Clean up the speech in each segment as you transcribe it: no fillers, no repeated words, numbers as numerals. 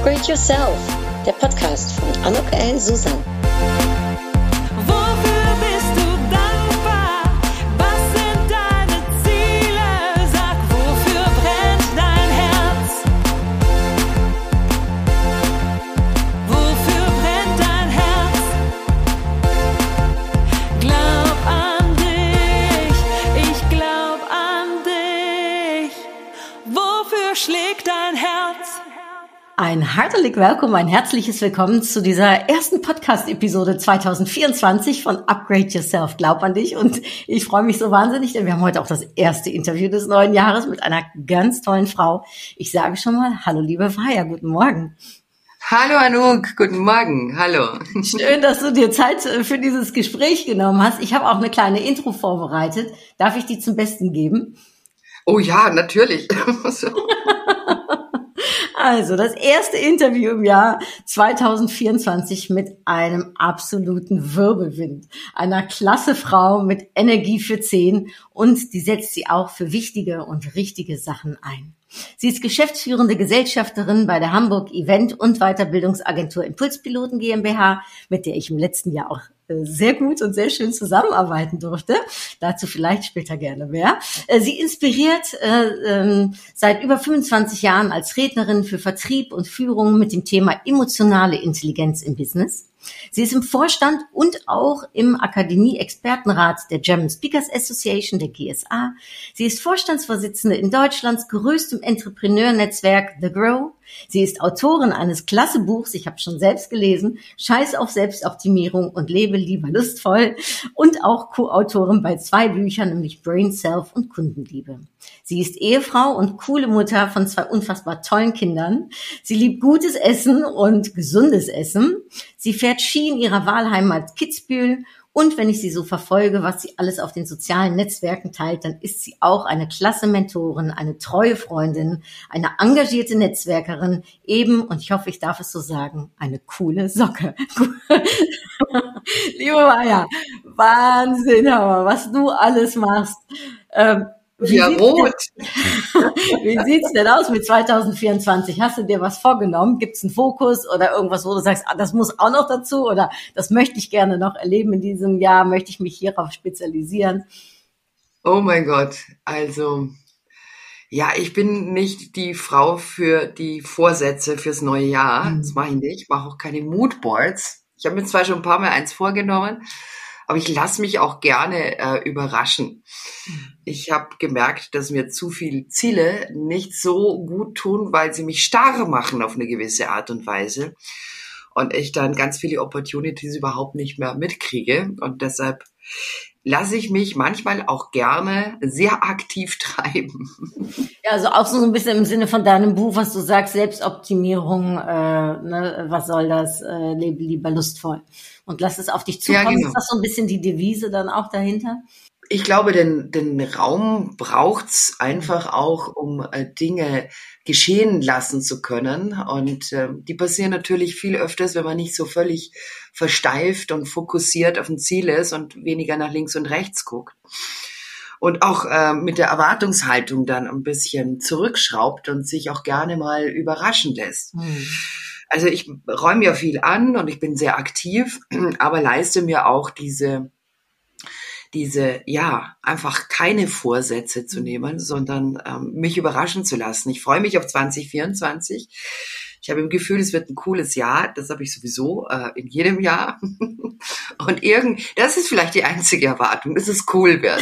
Upgrade Yourself, der Podcast von Anouk El Susan. Wofür bist du dankbar? Was sind deine Ziele? Sag, wofür brennt dein Herz? Wofür brennt dein Herz? Glaub an dich, ich glaub an dich. Wofür schlägt dein Herz? Ein herzlich Willkommen, ein herzliches Willkommen zu dieser ersten Podcast-Episode 2024 von Upgrade Yourself, glaub an dich. Und ich freue mich so wahnsinnig, denn wir haben heute auch das erste Interview des neuen Jahres mit einer ganz tollen Frau. Ich sage schon mal, hallo liebe Faya, guten Morgen. Hallo Anouk, guten Morgen, hallo. Schön, dass du dir Zeit für dieses Gespräch genommen hast. Ich habe auch eine kleine Intro vorbereitet. Darf ich die zum Besten geben? Oh ja, natürlich. Also, das erste Interview im Jahr 2024 mit einem absoluten Wirbelwind. Einer klasse Frau mit Energie für 10 und die setzt sie auch für wichtige und richtige Sachen ein. Sie ist geschäftsführende Gesellschafterin bei der Hamburg Event- und Weiterbildungsagentur Impulspiloten GmbH, mit der ich im letzten Jahr auch sehr gut und sehr schön zusammenarbeiten durfte. Dazu vielleicht später gerne mehr. Sie inspiriert seit über 25 Jahren als Rednerin für Vertrieb und Führung mit dem Thema emotionale Intelligenz im Business. Sie ist im Vorstand und auch im Akademie-Expertenrat der German Speakers Association, der GSA. Sie ist Vorstandsvorsitzende in Deutschlands größtem Entrepreneur-Netzwerk The Grow. Sie ist Autorin eines klasse Buchs, ich habe schon selbst gelesen, Scheiß auf Selbstoptimierung und lebe lieber lustvoll, und auch Co-Autorin bei 2 Büchern, nämlich Brain Self und Kundenliebe. Sie ist Ehefrau und coole Mutter von 2 unfassbar tollen Kindern. Sie liebt gutes Essen und gesundes Essen. Sie fährt Ski in ihrer Wahlheimat Kitzbühel. Und wenn ich sie so verfolge, was sie alles auf den sozialen Netzwerken teilt, dann ist sie auch eine klasse Mentorin, eine treue Freundin, eine engagierte Netzwerkerin, eben, und ich hoffe, ich darf es so sagen, eine coole Socke. Liebe Maya, Wahnsinn, Hammer, was du alles machst. Wie sieht's denn aus mit 2024? Hast du dir was vorgenommen? Gibt's einen Fokus oder irgendwas, wo du sagst, das muss auch noch dazu oder das möchte ich gerne noch erleben in diesem Jahr, möchte ich mich hierauf spezialisieren? Oh mein Gott, also ja, ich bin nicht die Frau für die Vorsätze fürs neue Jahr. Das mache ich nicht. Ich mache auch keine Moodboards. Ich habe mir zwar schon ein paar Mal eins vorgenommen, aber ich lasse mich auch gerne überraschen. Ich habe gemerkt, dass mir zu viele Ziele nicht so gut tun, weil sie mich starr machen auf eine gewisse Art und Weise. Und ich dann ganz viele Opportunities überhaupt nicht mehr mitkriege. Und deshalb lasse ich mich manchmal auch gerne sehr aktiv treiben. Ja, also auch so ein bisschen im Sinne von deinem Buch, was du sagst, Selbstoptimierung, was soll das, lebe lieber lustvoll. Und lass es auf dich zukommen. Ja, genau. Ist das so ein bisschen die Devise dann auch dahinter? Ich glaube, den Raum braucht's einfach auch, um Dinge geschehen lassen zu können. Und die passieren natürlich viel öfters, wenn man nicht so völlig versteift und fokussiert auf ein Ziel ist und weniger nach links und rechts guckt. Und auch mit der Erwartungshaltung dann ein bisschen zurückschraubt und sich auch gerne mal überraschen lässt. Also ich räume ja viel an und ich bin sehr aktiv, aber leiste mir auch diese, ja, einfach keine Vorsätze zu nehmen, sondern mich überraschen zu lassen. Ich freue mich auf 2024. Ich habe im Gefühl, es wird ein cooles Jahr. Das habe ich sowieso in jedem Jahr. Und das ist vielleicht die einzige Erwartung, dass es cool wird.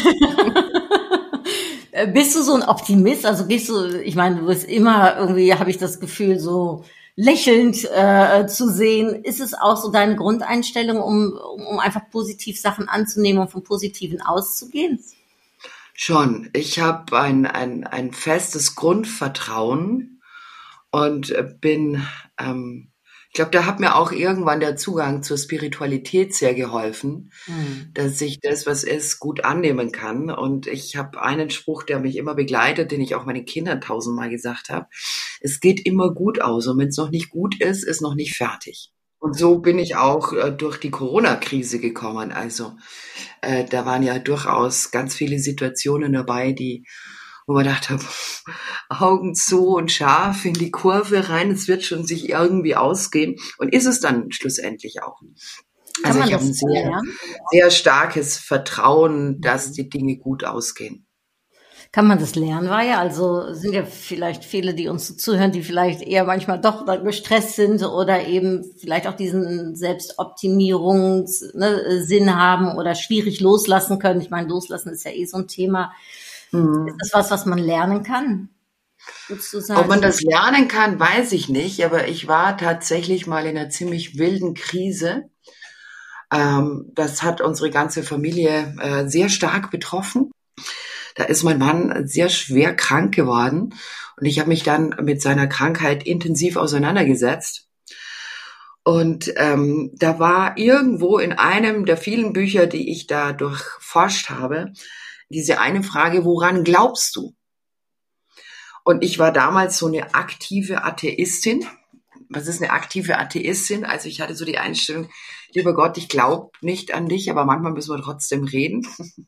Bist du so ein Optimist? Also ich meine, du bist immer irgendwie, habe ich das Gefühl, so lächelnd zu sehen. Ist es auch so deine Grundeinstellung, um einfach positiv Sachen anzunehmen und vom Positiven auszugehen? Schon. Ich habe ein festes Grundvertrauen und bin, ich glaube, da hat mir auch irgendwann der Zugang zur Spiritualität sehr geholfen, dass ich das, was ist, gut annehmen kann. Und ich habe einen Spruch, der mich immer begleitet, den ich auch meinen Kindern 1000-mal gesagt habe. Es geht immer gut aus und wenn es noch nicht gut ist, ist noch nicht fertig. Und so bin ich auch durch die Corona-Krise gekommen. Also da waren ja durchaus ganz viele Situationen dabei, die wo man dachte, Augen zu und scharf in die Kurve rein, es wird schon sich irgendwie ausgehen und ist es dann schlussendlich auch. Also ich habe ein sehr starkes Vertrauen, dass die Dinge gut ausgehen. Kann man das lernen, Vaja? Also sind ja vielleicht viele, die uns so zuhören, die vielleicht eher manchmal doch gestresst sind oder eben vielleicht auch diesen Selbstoptimierungssinn haben oder schwierig loslassen können. Ich meine, loslassen ist ja so ein Thema. Ist das was man lernen kann? Würdest du sagen? Ob man das lernen kann, weiß ich nicht, aber ich war tatsächlich mal in einer ziemlich wilden Krise. Das hat unsere ganze Familie sehr stark betroffen. Da ist mein Mann sehr schwer krank geworden und ich habe mich dann mit seiner Krankheit intensiv auseinandergesetzt. Und da war irgendwo in einem der vielen Bücher, die ich da durchforscht habe, diese eine Frage, woran glaubst du? Und ich war damals so eine aktive Atheistin. Was ist eine aktive Atheistin? Also ich hatte so die Einstellung, lieber Gott, ich glaube nicht an dich, aber manchmal müssen wir trotzdem reden.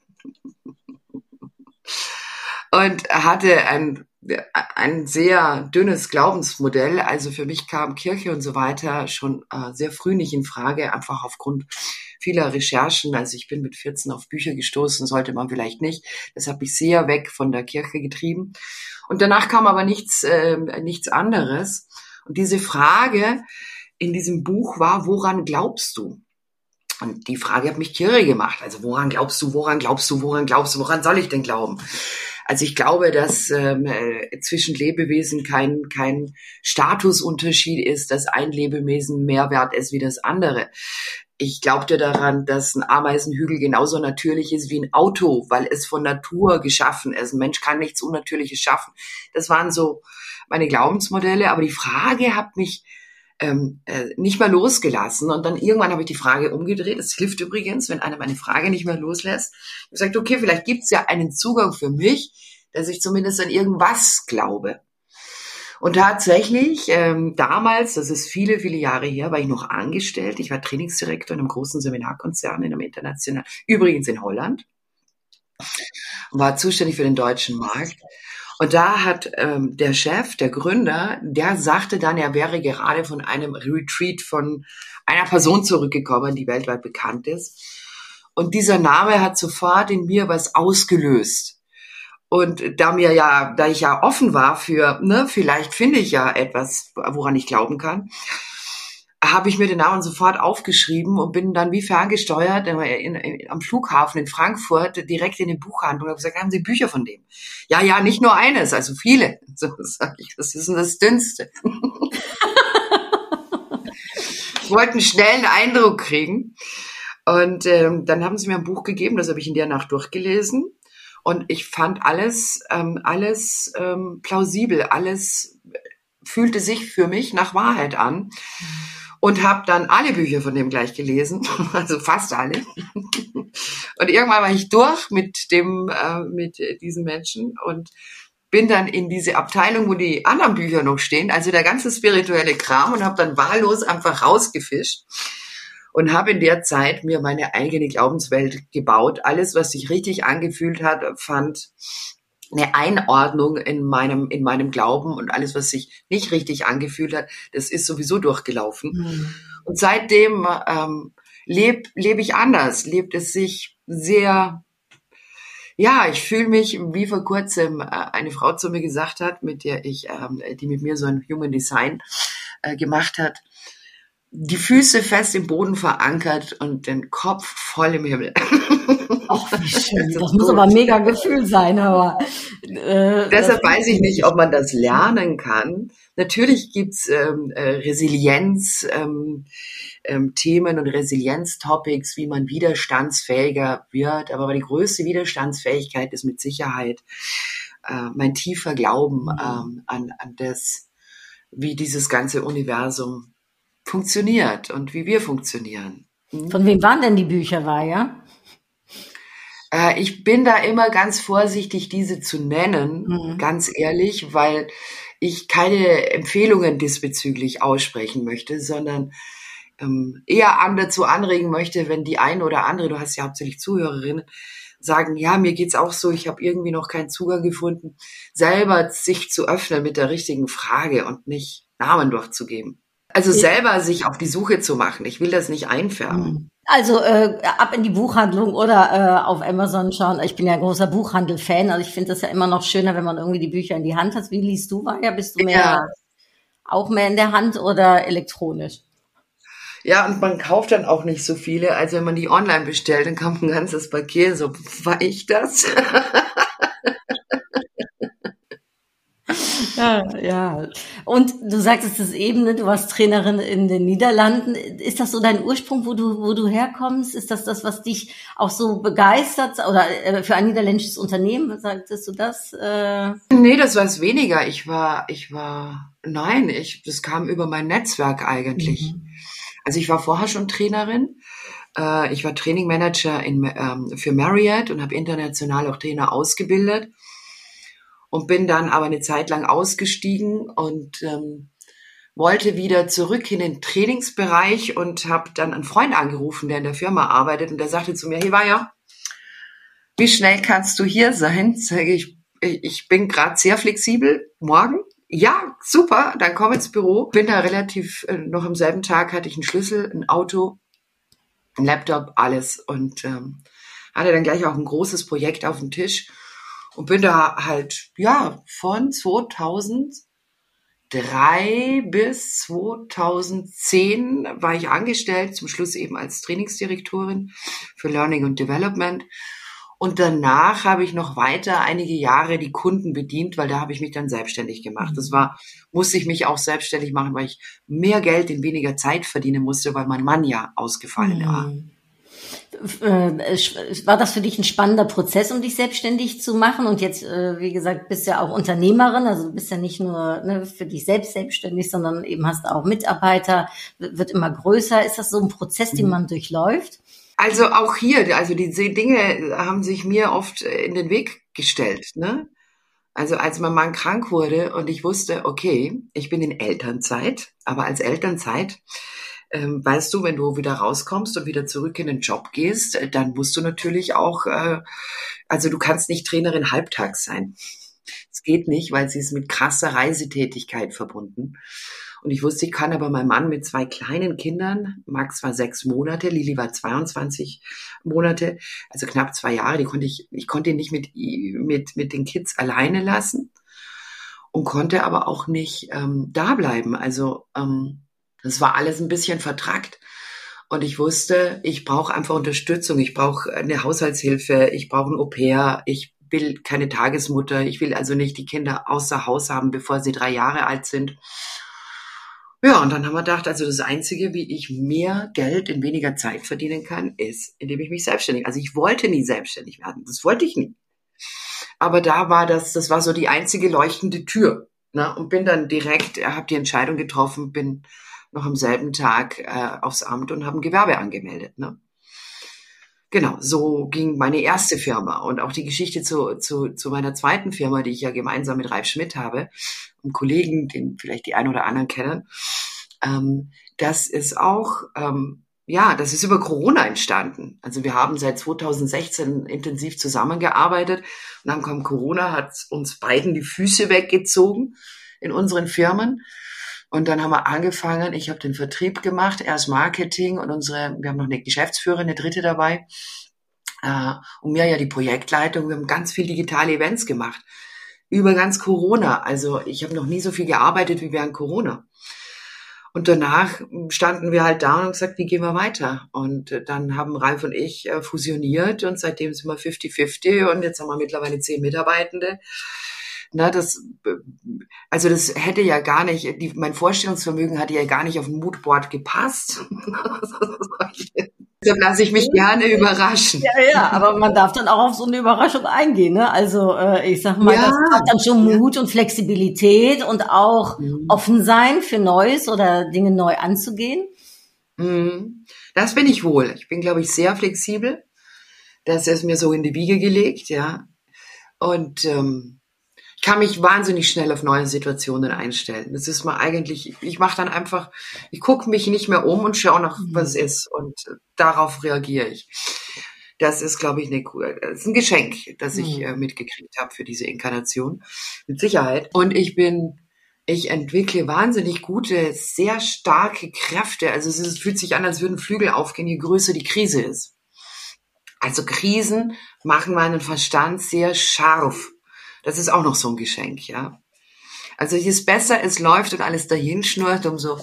Und hatte ein sehr dünnes Glaubensmodell. Also für mich kam Kirche und so weiter schon sehr früh nicht in Frage, einfach aufgrund vieler Recherchen. Also ich bin mit 14 auf Bücher gestoßen, sollte man vielleicht nicht. Das hat mich sehr weg von der Kirche getrieben. Und danach kam aber nichts anderes. Und diese Frage in diesem Buch war, woran glaubst du? Und die Frage hat mich kirre gemacht. Also woran glaubst du, woran glaubst du, woran glaubst du, woran soll ich denn glauben? Also ich glaube, dass zwischen Lebewesen kein Statusunterschied ist, dass ein Lebewesen mehr wert ist wie das andere. Ich glaubte daran, dass ein Ameisenhügel genauso natürlich ist wie ein Auto, weil es von Natur geschaffen ist. Ein Mensch kann nichts Unnatürliches schaffen. Das waren so meine Glaubensmodelle. Aber die Frage hat mich nicht mehr losgelassen. Und dann irgendwann habe ich die Frage umgedreht. Es hilft übrigens, wenn einer meine Frage nicht mehr loslässt. Ich habe gesagt, okay, vielleicht gibt es ja einen Zugang für mich, dass ich zumindest an irgendwas glaube. Und tatsächlich, damals, das ist viele, viele Jahre her, war ich noch angestellt. Ich war Trainingsdirektor in einem großen Seminarkonzern, in einem internationalen, übrigens in Holland, war zuständig für den deutschen Markt. Und da hat der Chef, der Gründer, der sagte dann, er wäre gerade von einem Retreat von einer Person zurückgekommen, die weltweit bekannt ist. Und dieser Name hat sofort in mir was ausgelöst. Und da ich ja offen war für, vielleicht finde ich ja etwas, woran ich glauben kann, habe ich mir den Namen sofort aufgeschrieben und bin dann wie ferngesteuert am Flughafen in Frankfurt direkt in die Buchhandlung und habe gesagt, haben Sie Bücher von dem? Ja, nicht nur eines, also viele. So sage ich, das ist das Dünnste. Ich wollte einen schnellen Eindruck kriegen. Und dann haben sie mir ein Buch gegeben, das habe ich in der Nacht durchgelesen. Und ich fand alles plausibel, alles fühlte sich für mich nach Wahrheit an. Und habe dann alle Bücher von dem gleich gelesen, also fast alle. Und irgendwann war ich durch mit diesen Menschen und bin dann in diese Abteilung, wo die anderen Bücher noch stehen, also der ganze spirituelle Kram, und habe dann wahllos einfach rausgefischt und habe in der Zeit mir meine eigene Glaubenswelt gebaut. Alles, was sich richtig angefühlt hat, fand eine Einordnung in meinem Glauben, und alles, was sich nicht richtig angefühlt hat, das ist sowieso durchgelaufen. Mhm. Und seitdem lebe ich anders, lebt es sich sehr, ich fühle mich, wie vor kurzem eine Frau zu mir gesagt hat, die mit mir so ein Human Design gemacht hat, die Füße fest im Boden verankert und den Kopf voll im Himmel. Ach, wie schön. Das muss aber ein mega Gefühl sein, aber deshalb weiß ich nicht, ob man das lernen kann. Natürlich gibt's Resilienz Themen und Resilienz-Topics, wie man widerstandsfähiger wird. Aber die größte Widerstandsfähigkeit ist mit Sicherheit mein tiefer Glauben an das, wie dieses ganze Universum funktioniert und wie wir funktionieren. Von wem waren denn die Bücher, Vaja? Ich bin da immer ganz vorsichtig, diese zu nennen, ganz ehrlich, weil ich keine Empfehlungen diesbezüglich aussprechen möchte, sondern eher dazu anregen möchte, wenn die eine oder andere, du hast ja hauptsächlich Zuhörerinnen, sagen, ja, mir geht's auch so, ich habe irgendwie noch keinen Zugang gefunden, selber sich zu öffnen mit der richtigen Frage und nicht Namen durchzugeben. Also selber sich auf die Suche zu machen. Ich will das nicht einfärben. Also ab in die Buchhandlung oder auf Amazon schauen. Ich bin ja ein großer Buchhandel-Fan, also ich finde das ja immer noch schöner, wenn man irgendwie die Bücher in die Hand hat. Wie liest du, Maja? Bist du auch mehr in der Hand oder elektronisch? Ja, und man kauft dann auch nicht so viele. Also wenn man die online bestellt, dann kommt ein ganzes Paket. So, war ich das? Ja. Und du sagtest es eben, ne, du warst Trainerin in den Niederlanden. Ist das so dein Ursprung, wo du herkommst? Ist das, was dich auch so begeistert? Oder für ein niederländisches Unternehmen, sagtest du das? Nee, das war es weniger. Das kam über mein Netzwerk eigentlich. Also ich war vorher schon Trainerin. Ich war Trainingmanager für Marriott und habe international auch Trainer ausgebildet. Und bin dann aber eine Zeit lang ausgestiegen und wollte wieder zurück in den Trainingsbereich und habe dann einen Freund angerufen, der in der Firma arbeitet. Und der sagte zu mir, hey Maja, wie schnell kannst du hier sein? Sage ich bin gerade sehr flexibel. Morgen? Ja, super, dann komm ins Büro. Bin da relativ, noch am selben Tag hatte ich einen Schlüssel, ein Auto, ein Laptop, alles. Und hatte dann gleich auch ein großes Projekt auf dem Tisch. Und bin da halt, von 2003 bis 2010 war ich angestellt, zum Schluss eben als Trainingsdirektorin für Learning und Development. Und danach habe ich noch weiter einige Jahre die Kunden bedient, weil da habe ich mich dann selbstständig gemacht. Musste ich mich auch selbstständig machen, weil ich mehr Geld in weniger Zeit verdienen musste, weil mein Mann ja ausgefallen war. War das für dich ein spannender Prozess, um dich selbstständig zu machen? Und jetzt, wie gesagt, bist ja auch Unternehmerin, also du bist ja nicht nur für dich selbst selbstständig, sondern eben hast auch Mitarbeiter, wird immer größer. Ist das so ein Prozess, den man durchläuft? Also auch hier, also diese Dinge haben sich mir oft in den Weg gestellt, ne? Also als mein Mann krank wurde und ich wusste, okay, ich bin in Elternzeit, aber als Elternzeit weißt du, wenn du wieder rauskommst und wieder zurück in den Job gehst, dann musst du natürlich auch, also du kannst nicht Trainerin halbtags sein. Das geht nicht, weil sie ist mit krasser Reisetätigkeit verbunden. Und ich wusste, ich kann aber meinen Mann mit 2 kleinen Kindern, Max war 6 Monate, Lili war 22 Monate, also knapp 2 Jahre, ich konnte ihn nicht mit den Kids alleine lassen und konnte aber auch nicht da bleiben. Also das war alles ein bisschen vertrackt. Und ich wusste, ich brauche einfach Unterstützung. Ich brauche eine Haushaltshilfe. Ich brauche ein Au-pair. Ich will keine Tagesmutter. Ich will also nicht die Kinder außer Haus haben, bevor sie 3 Jahre alt sind. Ja, und dann haben wir gedacht, also das Einzige, wie ich mehr Geld in weniger Zeit verdienen kann, ist, indem ich mich selbstständig, also ich wollte nie selbstständig werden. Das wollte ich nie. Aber das war so die einzige leuchtende Tür. Ne? Und bin dann direkt, habe die Entscheidung getroffen, bin noch am selben Tag aufs Amt und habe ein Gewerbe angemeldet. Ne? Genau, so ging meine erste Firma und auch die Geschichte zu meiner zweiten Firma, die ich ja gemeinsam mit Ralf Schmidt habe, einem Kollegen, den vielleicht die einen oder anderen kennen. Das ist auch, das ist über Corona entstanden. Also wir haben seit 2016 intensiv zusammengearbeitet und dann kam Corona, hat uns beiden die Füße weggezogen in unseren Firmen. Und dann haben wir angefangen, ich habe den Vertrieb gemacht, erst Marketing und wir haben noch eine Geschäftsführerin, eine dritte dabei, und mir ja die Projektleitung. Wir haben ganz viel digitale Events gemacht, über ganz Corona. Also ich habe noch nie so viel gearbeitet wie während Corona. Und danach standen wir halt da und gesagt, wie gehen wir weiter? Und dann haben Ralf und ich fusioniert und seitdem sind wir 50-50 und jetzt haben wir mittlerweile 10 Mitarbeitende. Na, das hätte ja gar nicht, mein Vorstellungsvermögen hatte ja gar nicht auf ein Moodboard gepasst. Deshalb lasse ich mich gerne überraschen. Ja, aber man darf dann auch auf so eine Überraschung eingehen, ne? Also ich sag mal, das hat dann schon Mut und Flexibilität und auch offen sein für Neues oder Dinge neu anzugehen. Das bin ich wohl. Ich bin, glaube ich, sehr flexibel. Das ist mir so in die Wiege gelegt, ja. Und ich kann mich wahnsinnig schnell auf neue Situationen einstellen. Das ist mal eigentlich, ich mache dann einfach, ich gucke mich nicht mehr um und schaue nach, was ist und darauf reagiere ich. Das ist, glaube ich, das ist ein Geschenk, das ich mitgekriegt habe für diese Inkarnation, mit Sicherheit. Und ich entwickle wahnsinnig gute, sehr starke Kräfte. Also es fühlt sich an, als würden Flügel aufgehen, je größer die Krise ist. Also Krisen machen meinen Verstand sehr scharf. Das ist auch noch so ein Geschenk, ja. Also je besser es läuft und alles dahin schnurrt, umso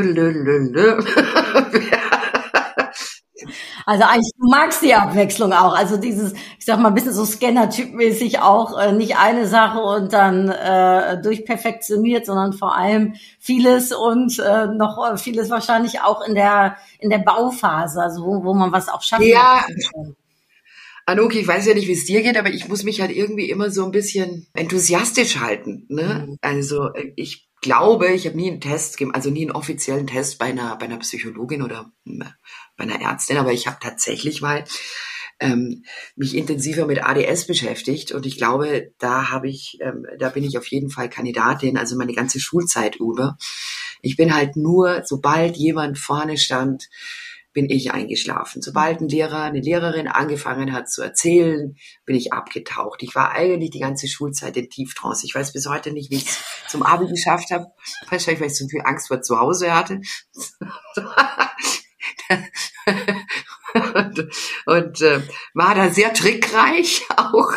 Also eigentlich, du magst die Abwechslung auch. Also dieses, ich sag mal, ein bisschen so Scanner-Typ-mäßig auch, nicht eine Sache und dann durchperfektioniert, sondern vor allem vieles und noch vieles wahrscheinlich auch in der Bauphase, also wo man was auch schaffen kann. Anouk, ich weiß ja nicht, wie es dir geht, aber ich muss mich halt irgendwie immer so ein bisschen enthusiastisch halten. Ne? Also ich glaube, ich habe nie einen Test, also nie einen offiziellen Test bei einer Psychologin oder bei einer Ärztin, aber ich habe tatsächlich mal mich intensiver mit ADS beschäftigt und ich glaube, da bin ich auf jeden Fall Kandidatin, also meine ganze Schulzeit über. Ich bin halt nur, sobald jemand vorne stand, bin ich eingeschlafen. Sobald ein Lehrer, eine Lehrerin angefangen hat zu erzählen, bin ich abgetaucht. Ich war eigentlich die ganze Schulzeit in Tieftrance. Ich weiß bis heute nicht, wie ich es zum Abi geschafft habe. Wahrscheinlich, weil ich so viel Angst vor zu Hause hatte. und war da sehr trickreich auch.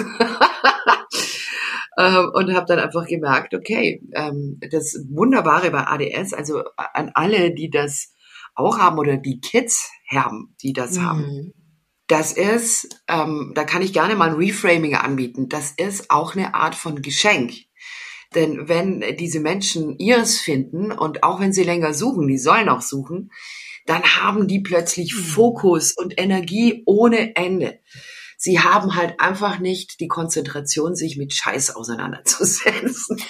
Und habe dann einfach gemerkt, okay, das Wunderbare bei ADS, also an alle, die das auch haben oder die Kids haben, die das haben. Das ist, da kann ich gerne mal ein Reframing anbieten. Das ist auch eine Art von Geschenk. Denn wenn diese Menschen ihres finden und auch wenn sie länger suchen, die sollen auch suchen, dann haben die plötzlich Fokus und Energie ohne Ende. Sie haben halt einfach nicht die Konzentration, sich mit Scheiß auseinanderzusetzen.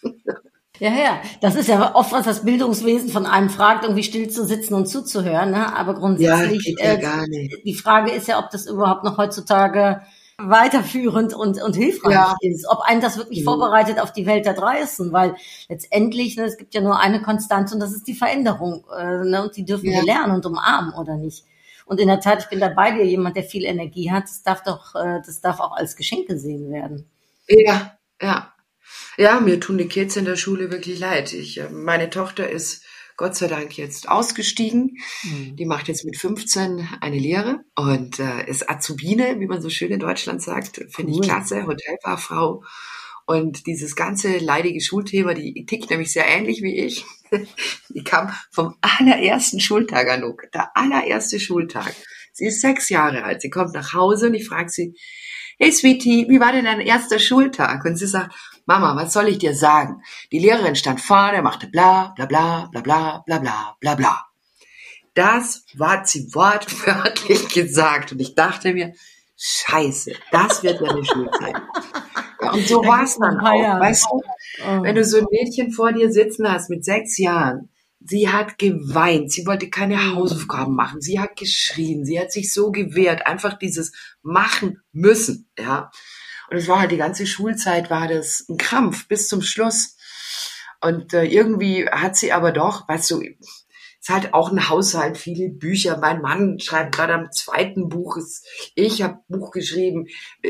Ja. Das ist ja oft, was das Bildungswesen von einem fragt, irgendwie still zu sitzen und zuzuhören. Ne? Aber grundsätzlich, gar nicht. Die Frage ist ja, ob das überhaupt noch heutzutage weiterführend und hilfreich ist. Ob einen das wirklich vorbereitet auf die Welt da draußen. Weil letztendlich, es gibt ja nur eine Konstante und das ist die Veränderung. Und die dürfen wir lernen und umarmen, oder nicht? Und in der Tat, ich bin da bei dir, jemand, der viel Energie hat, das darf auch als Geschenk gesehen werden. Ja, mir tun die Kids in der Schule wirklich leid. Meine Tochter ist Gott sei Dank jetzt ausgestiegen. Die macht jetzt mit 15 eine Lehre und ist Azubine, wie man so schön in Deutschland sagt. Finde ich klasse, Hotelfachfrau. Und dieses ganze leidige Schulthema, die tickt nämlich sehr ähnlich wie ich. Die kam vom allerersten Schultag, Anouk. Der allererste Schultag. Sie ist 6 Jahre alt. Sie kommt nach Hause und ich frage sie, hey Sweetie, wie war denn dein erster Schultag? Und sie sagt, Mama, was soll ich dir sagen? Die Lehrerin stand vorne, machte bla, bla, bla, bla, bla, bla, bla, bla, bla. Das hat sie wortwörtlich gesagt. Und ich dachte mir, Scheiße, das wird ja eine Schulzeit. Ja, und so war es dann auch, weißt du? Wenn du so ein Mädchen vor dir sitzen hast mit 6 Jahren, sie hat geweint, sie wollte keine Hausaufgaben machen, sie hat geschrien, sie hat sich so gewehrt, einfach dieses machen müssen, ja. Und es war halt die ganze Schulzeit, war das ein Krampf bis zum Schluss. Und irgendwie hat sie aber doch, weißt du, ist halt auch ein Haushalt, viele Bücher. Mein Mann schreibt gerade am 2. Buch, ich habe Buch geschrieben.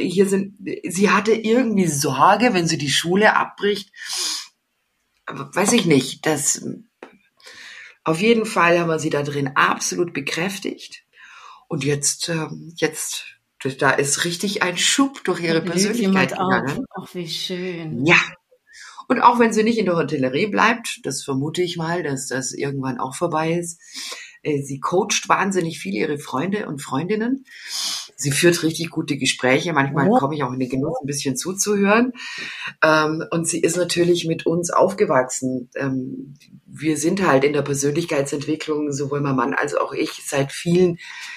Sie hatte irgendwie Sorge, wenn sie die Schule abbricht. Aber weiß ich nicht, auf jeden Fall haben wir sie da drin absolut bekräftigt. Und jetzt da ist richtig ein Schub durch ihre Persönlichkeit gegangen. Ach, wie schön. Ja. Und auch wenn sie nicht in der Hotellerie bleibt, das vermute ich mal, dass das irgendwann auch vorbei ist. Sie coacht wahnsinnig viel ihre Freunde und Freundinnen. Sie führt richtig gute Gespräche. Manchmal komme ich auch in den Genuss, ein bisschen zuzuhören. Und sie ist natürlich mit uns aufgewachsen. Wir sind halt in der Persönlichkeitsentwicklung, sowohl mein Mann als auch ich, seit vielen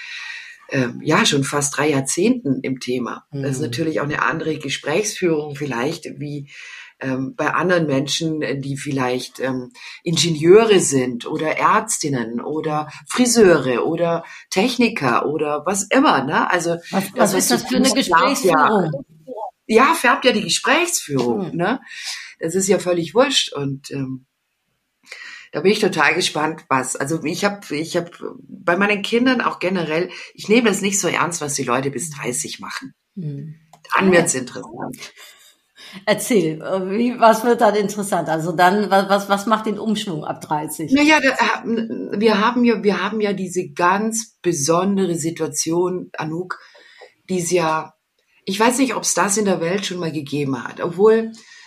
schon fast 3 Jahrzehnten im Thema. Das ist natürlich auch eine andere Gesprächsführung vielleicht wie bei anderen Menschen, die vielleicht Ingenieure sind oder Ärztinnen oder Friseure oder Techniker oder was immer. Ne? Also was ist das für eine Gesprächsführung? Ja, färbt ja die Gesprächsführung. Ne? Das ist ja völlig wurscht. Und Da bin ich total gespannt, was. Also ich habe bei meinen Kindern auch generell, ich nehme das nicht so ernst, was die Leute bis 30 machen. Dann wird's interessant. Erzähl, was wird dann interessant? Also dann, was macht den Umschwung ab 30? Naja, wir haben ja diese ganz besondere Situation, Anouk, die es ja, ich weiß nicht, ob es das in der Welt schon mal gegeben hat, obwohl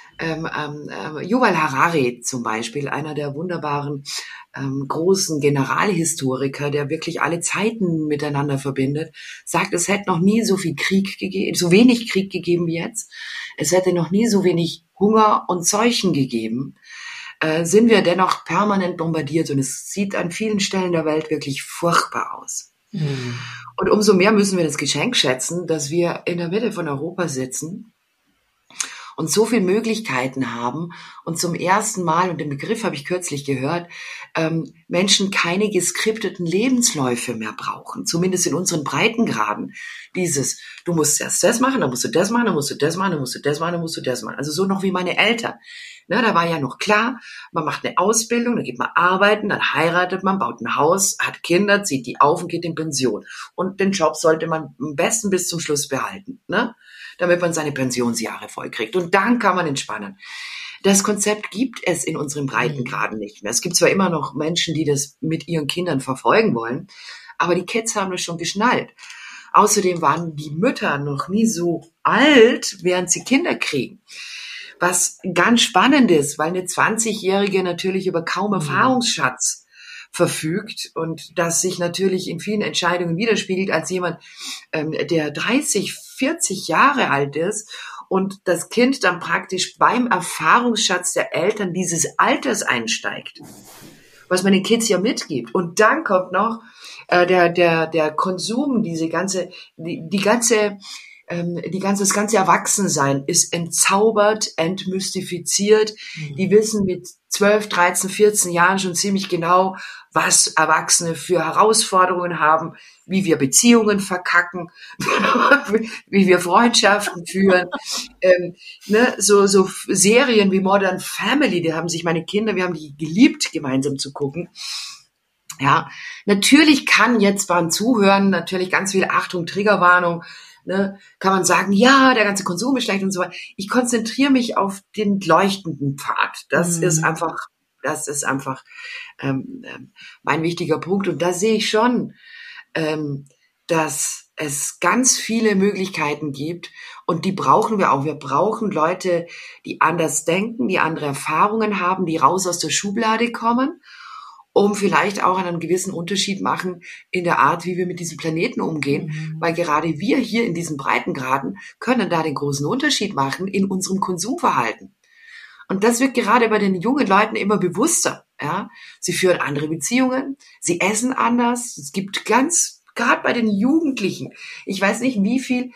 Yuval Harari zum Beispiel, einer der wunderbaren großen Generalhistoriker, der wirklich alle Zeiten miteinander verbindet, sagt, es hätte noch nie so viel Krieg gegeben, so wenig Krieg gegeben wie jetzt. Es hätte noch nie so wenig Hunger und Seuchen gegeben. Sind wir dennoch permanent bombardiert und es sieht an vielen Stellen der Welt wirklich furchtbar aus. Und umso mehr müssen wir das Geschenk schätzen, dass wir in der Mitte von Europa sitzen und so viele Möglichkeiten haben und zum ersten Mal, und den Begriff habe ich kürzlich gehört, Menschen keine geskripteten Lebensläufe mehr brauchen, zumindest in unseren Breitengraden. Dieses, du musst erst das machen, dann musst du das machen, dann musst du das machen, dann musst du das machen, dann musst du das machen. Also so noch wie meine Eltern. Ne, da war ja noch klar, man macht eine Ausbildung, dann geht man arbeiten, dann heiratet man, baut ein Haus, hat Kinder, zieht die auf und geht in Pension. Und den Job sollte man am besten bis zum Schluss behalten, ne? Damit man seine Pensionsjahre vollkriegt. Und dann kann man entspannen. Das Konzept gibt es in unseren Breitengraden nicht mehr. Es gibt zwar immer noch Menschen, die das mit ihren Kindern verfolgen wollen, aber die Kids haben das schon geschnallt. Außerdem waren die Mütter noch nie so alt, während sie Kinder kriegen. Was ganz spannend ist, weil eine 20-Jährige natürlich über kaum Erfahrungsschatz verfügt und das sich natürlich in vielen Entscheidungen widerspiegelt als jemand, der 30, 40 Jahre alt ist und das Kind dann praktisch beim Erfahrungsschatz der Eltern dieses Alters einsteigt, was man den Kids ja mitgibt. Und dann kommt noch der Konsum, das ganze Erwachsensein ist entzaubert, entmystifiziert. Die wissen mit 12, 13, 14 Jahren schon ziemlich genau, was Erwachsene für Herausforderungen haben, wie wir Beziehungen verkacken, wie wir Freundschaften führen. So Serien wie Modern Family, die haben sich meine Kinder, wir haben die geliebt, gemeinsam zu gucken. Ja, natürlich kann jetzt beim Zuhören natürlich ganz viel Achtung, Triggerwarnung, ne, kann man sagen, ja, der ganze Konsum ist schlecht und so weiter. Ich konzentriere mich auf den leuchtenden Pfad. Das ist einfach mein wichtiger Punkt. Und da sehe ich schon, dass es ganz viele Möglichkeiten gibt und die brauchen wir auch. Wir brauchen Leute, die anders denken, die andere Erfahrungen haben, die raus aus der Schublade kommen, um vielleicht auch einen gewissen Unterschied machen in der Art, wie wir mit diesem Planeten umgehen. Weil gerade wir hier in diesen Breitengraden können da den großen Unterschied machen in unserem Konsumverhalten. Und das wird gerade bei den jungen Leuten immer bewusster. Ja? Sie führen andere Beziehungen, sie essen anders. Es gibt gerade bei den Jugendlichen, ich weiß nicht, wie viel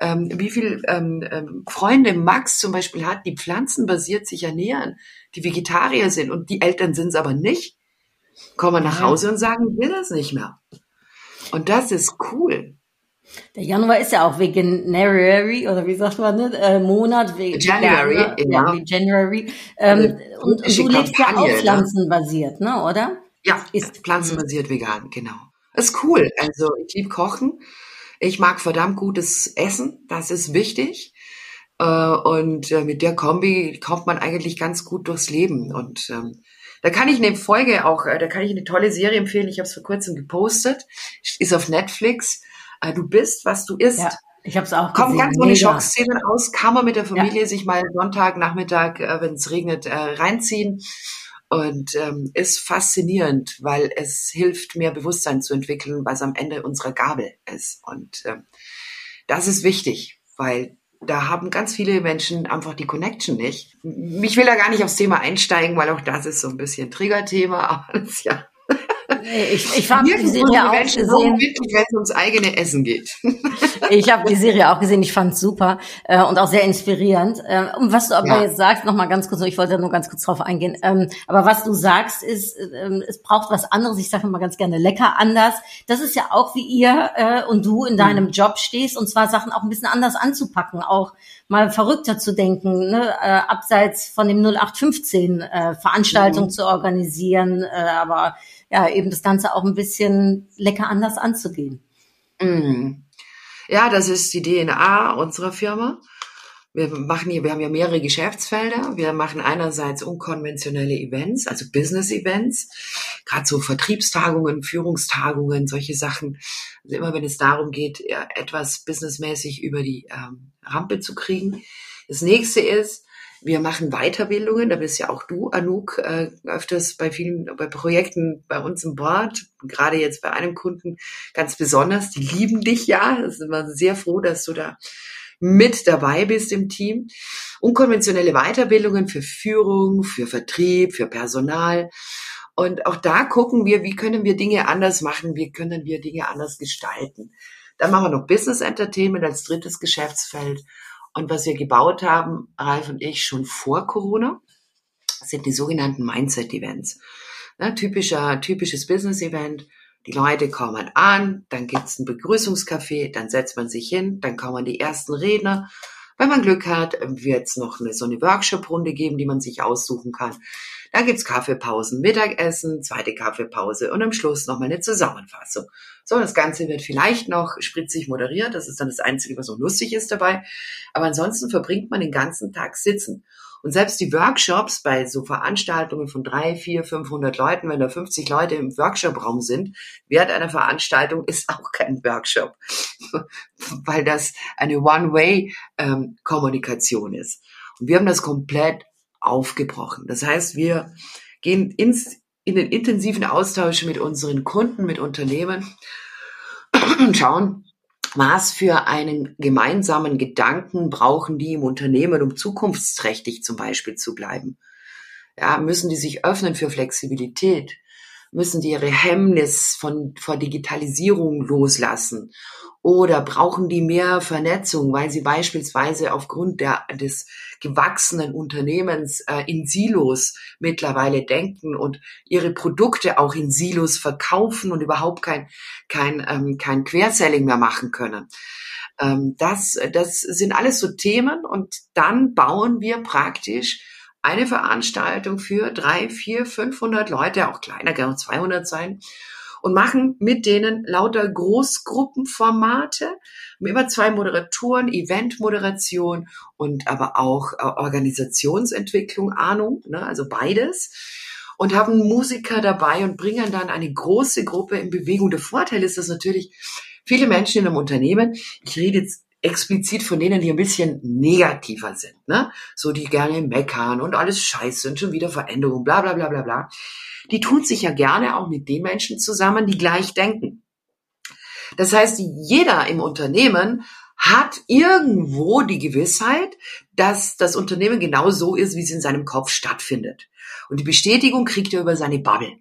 Freunde Max zum Beispiel hat, die pflanzenbasiert sich ernähren, die Vegetarier sind und die Eltern sind es aber nicht. Kommen nach Hause und sagen, ich will das nicht mehr. Und das ist cool. Der Januar ist ja auch Veganuary, oder wie sagt man das? Monat. January, ja. January. Und du lebst ja auch pflanzenbasiert, ne, oder? Ja, ist pflanzenbasiert vegan, genau. Das ist cool. Also ich liebe Kochen. Ich mag verdammt gutes Essen. Das ist wichtig. Und mit der Kombi kommt man eigentlich ganz gut durchs Leben. Und da kann ich eine tolle Serie empfehlen. Ich habe es vor kurzem gepostet. Ist auf Netflix. Du bist, was du isst. Ja, ich habe es auch gesehen. Kommt ganz ohne Mega. Schockszenen aus. Kann man mit der Familie sich mal Sonntagnachmittag, wenn es regnet, reinziehen. Und ist faszinierend, weil es hilft, mehr Bewusstsein zu entwickeln, was am Ende unserer Gabel ist. Und das ist wichtig, weil da haben ganz viele Menschen einfach die Connection nicht. Ich will da gar nicht aufs Thema einsteigen, weil auch das ist so ein bisschen Triggerthema, aber das ist ja Ich habe die Serie auch Menschen gesehen. wirklich, wenn es ums eigene Essen geht. Ich habe die Serie auch gesehen, ich fand's super und auch sehr inspirierend. Und was du aber jetzt sagst, noch mal ganz kurz, ich wollte da nur ganz kurz drauf eingehen, aber was du sagst ist, es braucht was anderes, ich sage immer ganz gerne lecker anders. Das ist ja auch, wie ihr und du in deinem Job stehst, und zwar Sachen auch ein bisschen anders anzupacken, auch mal verrückter zu denken, ne? Abseits von dem 0815 Veranstaltung zu organisieren, aber ja, eben das Ganze auch ein bisschen lecker anders anzugehen. Ja, das ist die DNA unserer Firma. Wir haben ja mehrere Geschäftsfelder. Wir machen einerseits unkonventionelle Events, also Business-Events, gerade so Vertriebstagungen, Führungstagungen, solche Sachen. Also immer wenn es darum geht, etwas businessmäßig über die Rampe zu kriegen. Das nächste ist, wir machen Weiterbildungen, da bist ja auch du, Anouk, öfters bei Projekten bei uns im Board, gerade jetzt bei einem Kunden ganz besonders, die lieben dich ja, da sind wir sehr froh, dass du da mit dabei bist im Team. Unkonventionelle Weiterbildungen für Führung, für Vertrieb, für Personal. Und auch da gucken wir, wie können wir Dinge anders machen, wie können wir Dinge anders gestalten. Dann machen wir noch Business Entertainment als drittes Geschäftsfeld. Und was wir gebaut haben, Ralf und ich, schon vor Corona, sind die sogenannten Mindset-Events. Ja, typisches Business-Event. Die Leute kommen an, dann gibt's ein Begrüßungscafé, dann setzt man sich hin, dann kommen die ersten Redner. Wenn man Glück hat, wird's noch so eine Workshop-Runde geben, die man sich aussuchen kann. Dann gibt's Kaffeepausen, Mittagessen, zweite Kaffeepause und am Schluss nochmal eine Zusammenfassung. So, das Ganze wird vielleicht noch spritzig moderiert. Das ist dann das Einzige, was so lustig ist dabei. Aber ansonsten verbringt man den ganzen Tag sitzen. Und selbst die Workshops bei so Veranstaltungen von 300, 400, 500 Leuten, wenn da 50 Leute im Workshop-Raum sind, während einer Veranstaltung ist auch kein Workshop, weil das eine One-Way-Kommunikation ist. Und wir haben das komplett aufgebrochen. Das heißt, wir gehen in den intensiven Austausch mit unseren Kunden, mit Unternehmen und schauen, was für einen gemeinsamen Gedanken brauchen die im Unternehmen, um zukunftsträchtig zum Beispiel zu bleiben. Ja, müssen die sich öffnen für Flexibilität? Müssen die ihre Hemmnis vor Digitalisierung loslassen? Oder brauchen die mehr Vernetzung, weil sie beispielsweise aufgrund des gewachsenen Unternehmens in Silos mittlerweile denken und ihre Produkte auch in Silos verkaufen und überhaupt kein Querselling mehr machen können. Das sind alles so Themen, und dann bauen wir praktisch eine Veranstaltung für 300, 400, 500 Leute, auch kleiner, kann auch 200 sein, und machen mit denen lauter Großgruppenformate, immer 2 Moderatoren, Eventmoderation und aber auch Organisationsentwicklung, Ahnung, ne, also beides, und haben Musiker dabei und bringen dann eine große Gruppe in Bewegung. Der Vorteil ist, dass natürlich viele Menschen in einem Unternehmen, ich rede jetzt explizit von denen, die ein bisschen negativer sind, ne, so die gerne meckern und alles scheiße und schon wieder Veränderung, bla bla bla bla bla, die tun sich ja gerne auch mit den Menschen zusammen, die gleich denken. Das heißt, jeder im Unternehmen hat irgendwo die Gewissheit, dass das Unternehmen genau so ist, wie es in seinem Kopf stattfindet. Und die Bestätigung kriegt er über seine Bubble.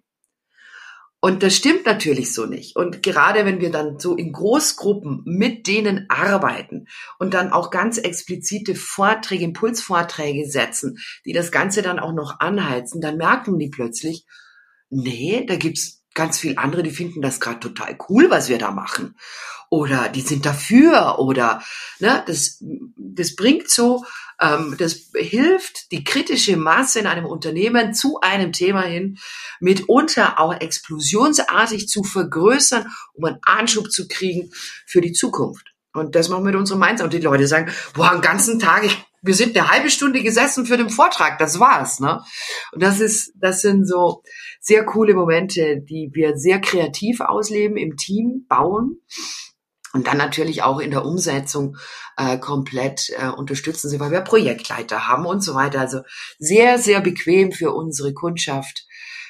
Und das stimmt natürlich so nicht. Und gerade wenn wir dann so in Großgruppen mit denen arbeiten und dann auch ganz explizite Vorträge, Impulsvorträge setzen, die das Ganze dann auch noch anheizen, dann merken die plötzlich, nee, da gibt's ganz viel andere, die finden das gerade total cool, was wir da machen. Oder die sind dafür, oder ne, das bringt so, das hilft die kritische Masse in einem Unternehmen zu einem Thema hin, mitunter auch explosionsartig zu vergrößern, um einen Anschub zu kriegen für die Zukunft. Und das machen wir mit unserem Mindset. Und die Leute sagen, boah, den ganzen Tag, wir sind eine halbe Stunde gesessen für den Vortrag, das war's, ne? Und das sind so sehr coole Momente, die wir sehr kreativ ausleben, im Team bauen und dann natürlich auch in der Umsetzung komplett unterstützen sie, weil wir Projektleiter haben und so weiter. Also sehr, sehr bequem für unsere Kundschaft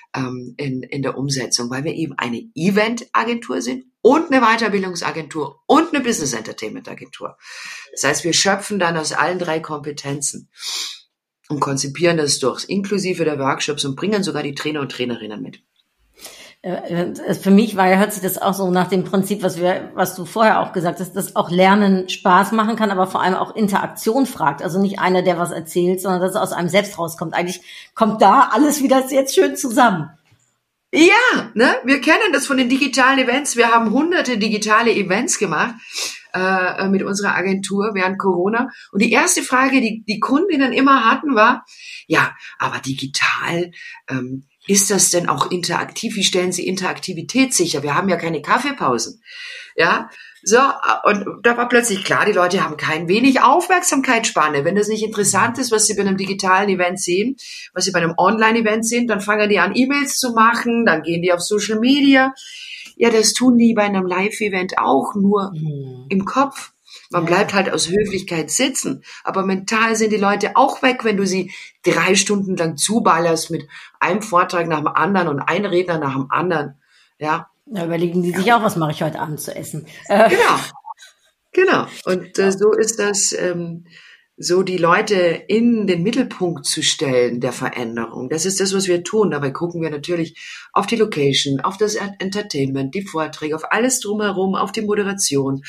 in der Umsetzung, weil wir eben eine Event-Agentur sind und eine Weiterbildungsagentur und eine Business-Entertainment-Agentur. Das heißt, wir schöpfen dann aus allen 3 Kompetenzen und konzipieren das durchs inklusive der Workshops und bringen sogar die Trainer und Trainerinnen mit. Für mich hört sich das auch so nach dem Prinzip, was du vorher auch gesagt hast, dass auch Lernen Spaß machen kann, aber vor allem auch Interaktion fragt. Also nicht einer, der was erzählt, sondern dass es aus einem selbst rauskommt. Eigentlich kommt da alles wieder jetzt schön zusammen. Ja, ne? Wir kennen das von den digitalen Events. Wir haben hunderte digitale Events gemacht mit unserer Agentur während Corona. Und die erste Frage, die Kundinnen immer hatten, war, ja, aber digital, ist das denn auch interaktiv? Wie stellen Sie Interaktivität sicher? Wir haben ja keine Kaffeepausen. Ja, so, und da war plötzlich klar, die Leute haben kein wenig Aufmerksamkeitsspanne. Wenn das nicht interessant ist, was sie bei einem digitalen Event sehen, was sie bei einem Online-Event sehen, dann fangen die an, E-Mails zu machen, dann gehen die auf Social Media. Ja, das tun die bei einem Live-Event auch, nur im Kopf. Man bleibt halt aus Höflichkeit sitzen, aber mental sind die Leute auch weg, wenn du sie 3 Stunden lang zuballerst mit einem Vortrag nach dem anderen und einem Redner nach dem anderen. Ja. Da überlegen die sich auch, was mache ich heute Abend zu essen. Genau. Und so ist das, so die Leute in den Mittelpunkt zu stellen der Veränderung. Das ist das, was wir tun. Dabei gucken wir natürlich auf die Location, auf das Entertainment, die Vorträge, auf alles drumherum, auf die Moderation,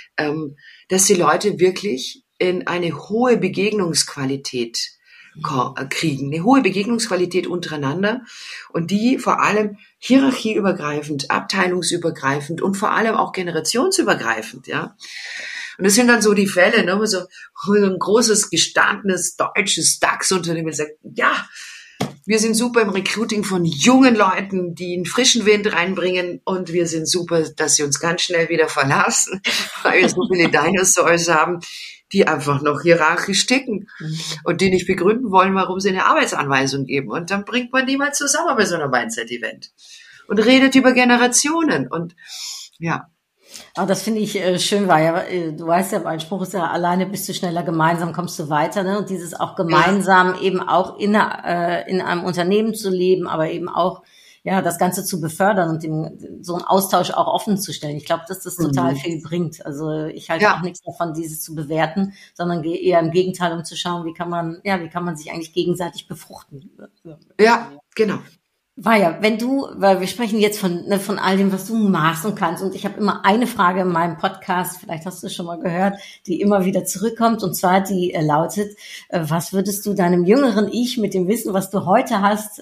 dass die Leute wirklich in eine hohe Begegnungsqualität kriegen, eine hohe Begegnungsqualität untereinander und die vor allem hierarchieübergreifend, abteilungsübergreifend und vor allem auch generationsübergreifend, ja. Und das sind dann so die Fälle, ne, wo so ein großes, gestandenes deutsches DAX-Unternehmen sagt, ja, wir sind super im Recruiting von jungen Leuten, die einen frischen Wind reinbringen und wir sind super, dass sie uns ganz schnell wieder verlassen, weil wir so viele Dinosaurs haben, die einfach noch hierarchisch ticken und die nicht begründen wollen, warum sie eine Arbeitsanweisung geben. Und dann bringt man die mal zusammen bei so einem Mindset-Event und redet über Generationen und ja. Aber das finde ich schön, weil ja, du weißt ja, mein Spruch ist ja, alleine bist du schneller, gemeinsam kommst du weiter, ne? Und dieses auch gemeinsam eben auch in einem Unternehmen zu leben, aber eben auch ja das Ganze zu befördern und so einen Austausch auch offen zu stellen. Ich glaube, dass das total viel bringt. Also ich halte auch nichts davon, dieses zu bewerten, sondern gehe eher im Gegenteil, um zu schauen, wie kann man sich eigentlich gegenseitig befruchten. Ja, genau. Vaja, weil wir sprechen jetzt von all dem, was du machst und kannst, und ich habe immer eine Frage in meinem Podcast, vielleicht hast du es schon mal gehört, die immer wieder zurückkommt, und zwar die lautet, was würdest du deinem jüngeren Ich mit dem Wissen, was du heute hast,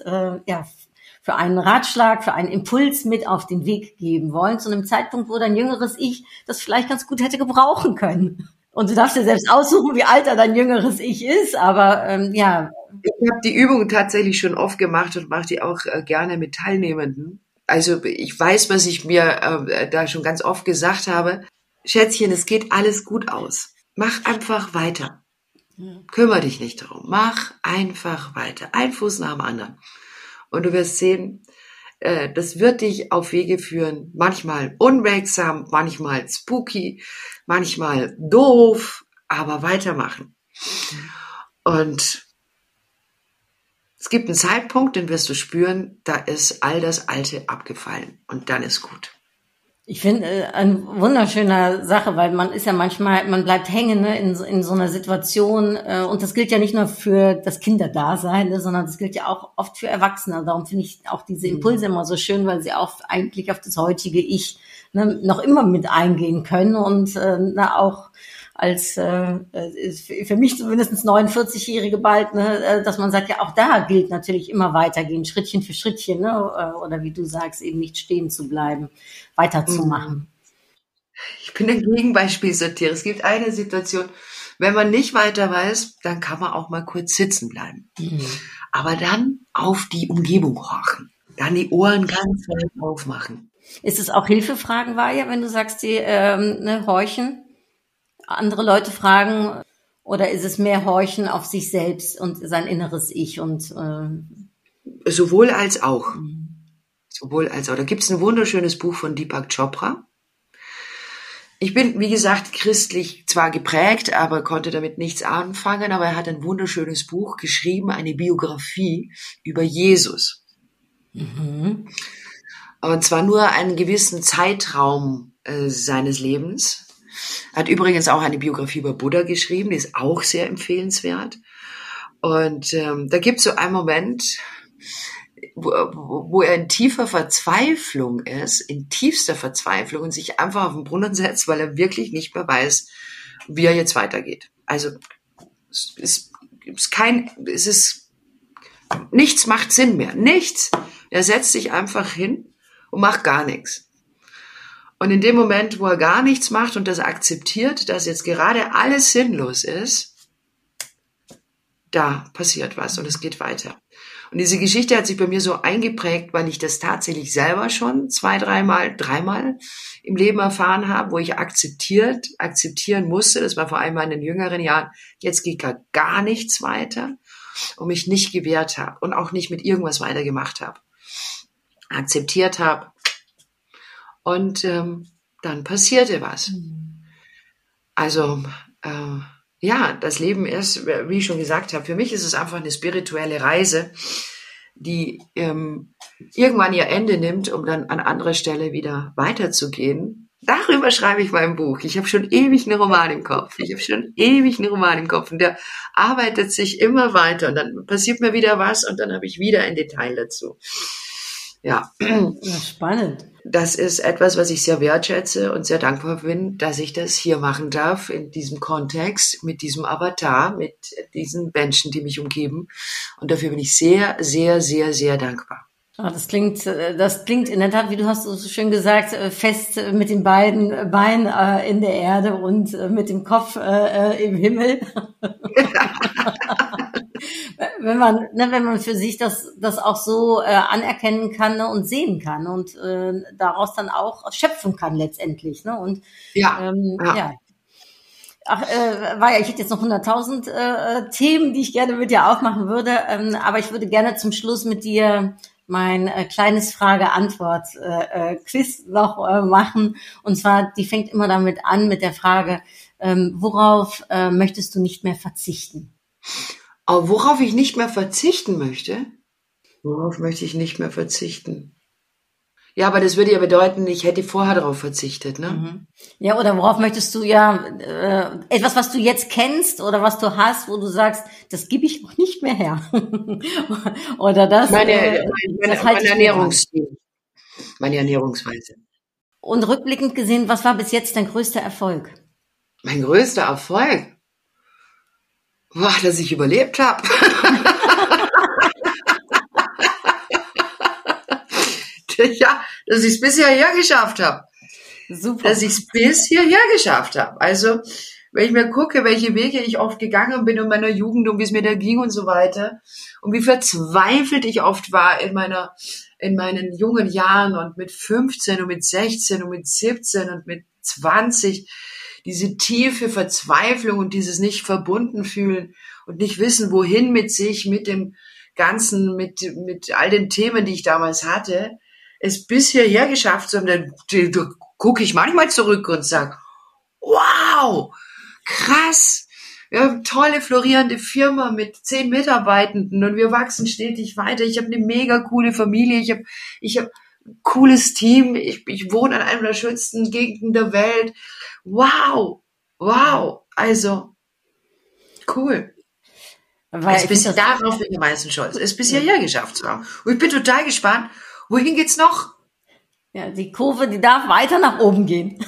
für einen Ratschlag, für einen Impuls mit auf den Weg geben wollen, zu einem Zeitpunkt, wo dein jüngeres Ich das vielleicht ganz gut hätte gebrauchen können? Und du darfst dir selbst aussuchen, wie alt dein jüngeres Ich ist, aber Ich habe die Übung tatsächlich schon oft gemacht und mache die auch gerne mit Teilnehmenden. Also ich weiß, was ich mir da schon ganz oft gesagt habe. Schätzchen, es geht alles gut aus. Mach einfach weiter. Kümmere dich nicht darum. Mach einfach weiter. Ein Fuß nach dem anderen. Und du wirst sehen, das wird dich auf Wege führen. Manchmal unwegsam, manchmal spooky, manchmal doof, aber weitermachen. Und es gibt einen Zeitpunkt, den wirst du spüren, da ist all das Alte abgefallen und dann ist gut. Ich finde eine wunderschöne Sache, weil man ist ja manchmal, man bleibt hängen, ne, in so einer Situation, und das gilt ja nicht nur für das Kinderdasein, ne, sondern das gilt ja auch oft für Erwachsene. Darum finde ich auch diese Impulse immer so schön, weil sie auch eigentlich auf das heutige Ich, ne, noch immer mit eingehen können und auch als für mich zumindest 49-Jährige bald, ne, dass man sagt, ja, auch da gilt natürlich immer weitergehen, Schrittchen für Schrittchen, ne, oder wie du sagst, eben nicht stehen zu bleiben, weiterzumachen. Ich bin ein Gegenbeispiel, Satire. Es gibt eine Situation, wenn man nicht weiter weiß, dann kann man auch mal kurz sitzen bleiben. Aber dann auf die Umgebung horchen, dann die Ohren ganz weit aufmachen. Ist es auch Hilfefragen, Vaja, wenn du sagst, die horchen? Andere Leute fragen, oder ist es mehr Horchen auf sich selbst und sein inneres Ich und sowohl als auch. Sowohl als auch. Da gibt es ein wunderschönes Buch von Deepak Chopra. Ich bin, wie gesagt, christlich zwar geprägt, aber konnte damit nichts anfangen, aber er hat ein wunderschönes Buch geschrieben, eine Biografie über Jesus. Und zwar nur einen gewissen Zeitraum seines Lebens. Er hat übrigens auch eine Biografie über Buddha geschrieben, die ist auch sehr empfehlenswert. Und da gibt es so einen Moment, wo er in tiefer Verzweiflung ist, in tiefster Verzweiflung und sich einfach auf den Brunnen setzt, weil er wirklich nicht mehr weiß, wie er jetzt weitergeht. Also nichts macht Sinn mehr. Nichts. Er setzt sich einfach hin und macht gar nichts. Und in dem Moment, wo er gar nichts macht und das akzeptiert, dass jetzt gerade alles sinnlos ist, da passiert was und es geht weiter. Und diese Geschichte hat sich bei mir so eingeprägt, weil ich das tatsächlich selber schon dreimal im Leben erfahren habe, wo ich akzeptieren musste, das war vor allem in den jüngeren Jahren, jetzt geht gar nichts weiter und mich nicht gewehrt habe und auch nicht mit irgendwas weitergemacht habe. Akzeptiert habe und dann passierte was. Also ja, das Leben ist, wie ich schon gesagt habe, für mich ist es einfach eine spirituelle Reise, die irgendwann ihr Ende nimmt, um dann an anderer Stelle wieder weiterzugehen. Darüber schreibe ich mein Buch. Ich habe schon ewig einen Roman im Kopf. Und der arbeitet sich immer weiter und dann passiert mir wieder was und dann habe ich wieder ein Detail dazu. Ja. Spannend. Das ist etwas, was ich sehr wertschätze und sehr dankbar bin, dass ich das hier machen darf, in diesem Kontext, mit diesem Avatar, mit diesen Menschen, die mich umgeben. Und dafür bin ich sehr, sehr, sehr, sehr dankbar. Das klingt in der Tat, wie du hast so schön gesagt, fest mit den beiden Beinen in der Erde und mit dem Kopf im Himmel. Wenn man für sich das auch so anerkennen kann, ne, und sehen kann und daraus dann auch schöpfen kann letztendlich. Ne? Und ja. Ach, ich hätte jetzt noch 100.000 Themen, die ich gerne mit dir aufmachen würde, aber ich würde gerne zum Schluss mit dir mein kleines Frage-Antwort-Quiz noch machen. Und zwar, die fängt immer damit an mit der Frage, worauf möchtest du nicht mehr verzichten? Aber worauf ich nicht mehr verzichten möchte? Worauf möchte ich nicht mehr verzichten? Ja, aber das würde ja bedeuten, ich hätte vorher darauf verzichtet, ne? Mhm. Ja, oder worauf möchtest du etwas, was du jetzt kennst oder was du hast, wo du sagst, das gebe ich auch nicht mehr her. Oder das. Meine Ernährungsstil. Meine Ernährungsweise. Und rückblickend gesehen, was war bis jetzt dein größter Erfolg? Mein größter Erfolg? Boah, dass ich überlebt habe. Ja, dass ich es bis hierher geschafft habe. Super. Dass ich es bis hierher geschafft habe. Also, wenn ich mir gucke, welche Wege ich oft gegangen bin in meiner Jugend und wie es mir da ging und so weiter und wie verzweifelt ich oft war in meinen jungen Jahren und mit 15 und mit 16 und mit 17 und mit 20, diese tiefe Verzweiflung und dieses nicht verbunden fühlen und nicht wissen, wohin mit sich, mit dem Ganzen, mit all den Themen, die ich damals hatte, es bis hierher geschafft zu haben, dann gucke ich manchmal zurück und sage, wow, krass, wir haben eine tolle, florierende Firma mit 10 Mitarbeitenden und wir wachsen stetig weiter. Ich habe eine mega coole Familie, ich hab ein cooles Team, ich wohne an einer der schönsten Gegenden der Welt. Wow, also cool. Darauf bin ich am meisten stolz, es bis hierher geschafft zu haben. Und ich bin total gespannt, wohin geht's noch? Ja, die Kurve, die darf weiter nach oben gehen.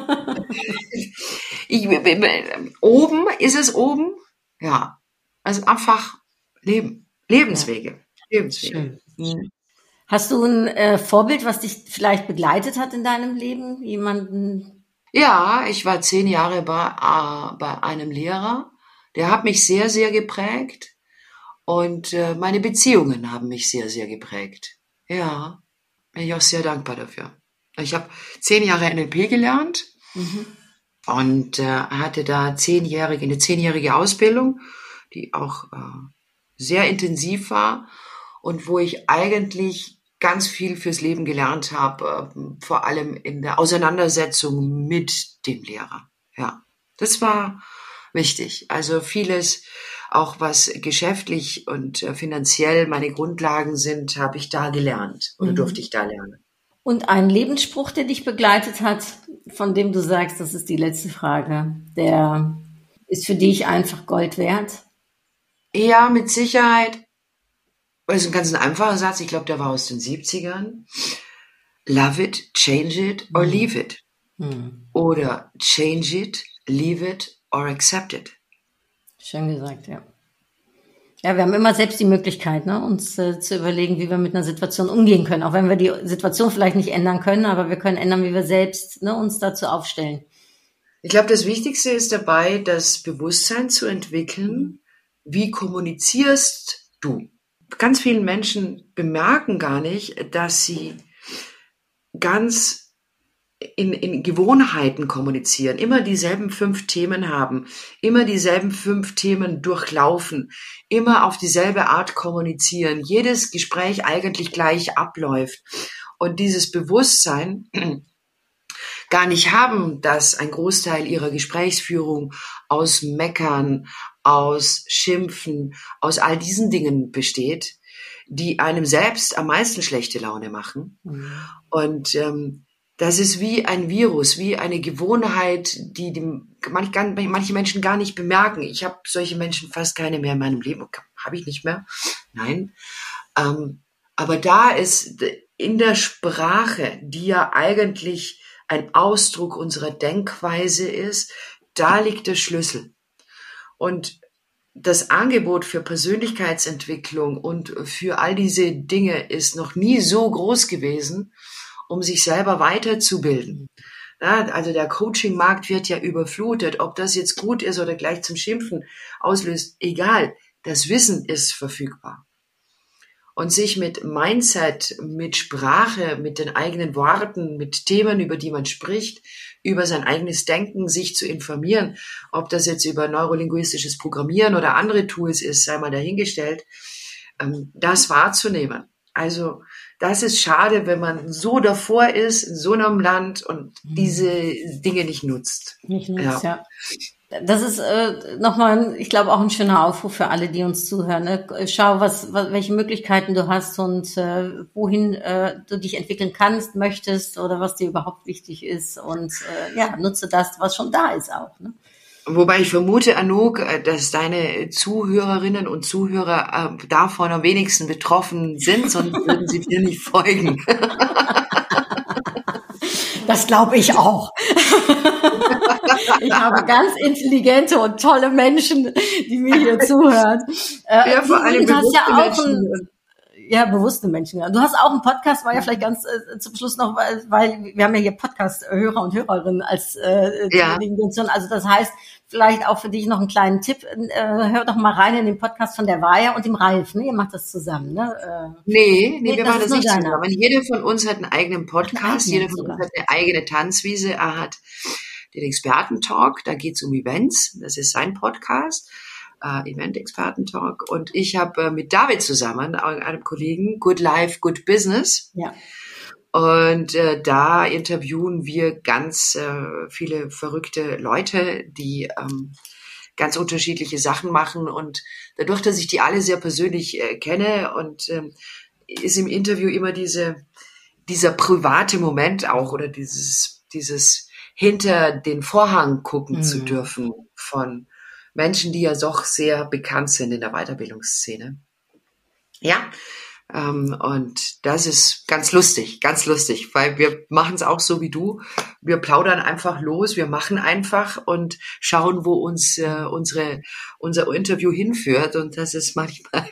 Oben, ist es oben? Ja. Also einfach Leben. Lebenswege. Ja. Lebenswege. Schön. Hast du ein Vorbild, was dich vielleicht begleitet hat in deinem Leben? Jemanden? Ja, ich war 10 Jahre bei einem Lehrer. Der hat mich sehr, sehr geprägt. Und meine Beziehungen haben mich sehr, sehr geprägt. Ja, bin ich auch sehr dankbar dafür. Ich habe 10 Jahre NLP gelernt und hatte da eine 10-jährige Ausbildung, die auch sehr intensiv war und wo ich eigentlich ganz viel fürs Leben gelernt habe, vor allem in der Auseinandersetzung mit dem Lehrer. Ja, das war wichtig. Also vieles, auch was geschäftlich und finanziell meine Grundlagen sind, habe ich da gelernt oder durfte ich da lernen. Und ein Lebensspruch, der dich begleitet hat, von dem du sagst, das ist die letzte Frage, der ist für dich einfach Gold wert? Ja, mit Sicherheit. Das ist ein ganz einfacher Satz, ich glaube, der war aus den 70ern. Love it, change it or leave it. Oder change it, leave it or accept it. Schön gesagt, ja. Ja, wir haben immer selbst die Möglichkeit, ne, uns zu überlegen, wie wir mit einer Situation umgehen können. Auch wenn wir die Situation vielleicht nicht ändern können, aber wir können ändern, wie wir selbst, ne, uns dazu aufstellen. Ich glaube, das Wichtigste ist dabei, das Bewusstsein zu entwickeln, wie kommunizierst du? Ganz viele Menschen bemerken gar nicht, dass sie ganz in Gewohnheiten kommunizieren, immer dieselben 5 Themen haben, immer dieselben 5 Themen durchlaufen, immer auf dieselbe Art kommunizieren, jedes Gespräch eigentlich gleich abläuft und dieses Bewusstsein gar nicht haben, dass ein Großteil ihrer Gesprächsführung aus Meckern, aus Schimpfen, aus all diesen Dingen besteht, die einem selbst am meisten schlechte Laune machen. Und das ist wie ein Virus, wie eine Gewohnheit, die manche Menschen gar nicht bemerken. Ich habe solche Menschen fast keine mehr in meinem Leben. Habe ich nicht mehr. Nein. Aber da ist in der Sprache, die ja eigentlich ein Ausdruck unserer Denkweise ist, da liegt der Schlüssel. Und das Angebot für Persönlichkeitsentwicklung und für all diese Dinge ist noch nie so groß gewesen, um sich selber weiterzubilden. Ja, also der Coaching-Markt wird ja überflutet. Ob das jetzt gut ist oder gleich zum Schimpfen auslöst, egal. Das Wissen ist verfügbar. Und sich mit Mindset, mit Sprache, mit den eigenen Worten, mit Themen, über die man spricht, über sein eigenes Denken, sich zu informieren, ob das jetzt über neurolinguistisches Programmieren oder andere Tools ist, sei mal dahingestellt, das wahrzunehmen. Also das ist schade, wenn man so davor ist, in so einem Land und diese Dinge nicht nutzt. Ja. Das ist nochmal, ich glaube, auch ein schöner Aufruf für alle, die uns zuhören. Ne? Schau, welche Möglichkeiten du hast und wohin du dich entwickeln kannst, möchtest oder was dir überhaupt wichtig ist. Und nutze das, was schon da ist auch. Ne? Wobei ich vermute, Anouk, dass deine Zuhörerinnen und Zuhörer davon am wenigsten betroffen sind, sonst würden sie dir nicht folgen. Das glaube ich auch. Ich habe ganz intelligente und tolle Menschen, die mir hier zuhören. Ja, vor allem bewusste Menschen. Bewusste Menschen. Ja. Du hast auch einen Podcast, war ja vielleicht ganz zum Schluss noch, weil wir haben ja hier Podcast-Hörer und Hörerinnen als Intention. Also das heißt, vielleicht auch für dich noch einen kleinen Tipp. Hör doch mal rein in den Podcast von der Vaja und dem Ralf. Ne? Ihr macht das zusammen, ne? Nee, wir machen das nicht zusammen. Jeder von uns hat einen eigenen Podcast, jeder von uns hat eine eigene Tanzwiese. Er hat den Experten-Talk, da geht's um Events. Das ist sein Podcast. Event-Experten-Talk. Und ich habe mit David zusammen, einem Kollegen, Good Life, Good Business. Ja. Und da interviewen wir ganz viele verrückte Leute, die ganz unterschiedliche Sachen machen. Und dadurch, dass ich die alle sehr persönlich kenne und ist im Interview immer dieser private Moment auch oder dieses hinter den Vorhang gucken zu dürfen von Menschen, die ja doch sehr bekannt sind in der Weiterbildungsszene. Ja, und das ist ganz lustig, weil wir machen es auch so wie du. Wir plaudern einfach los, wir machen einfach und schauen, wo uns unser Interview hinführt. Und das ist manchmal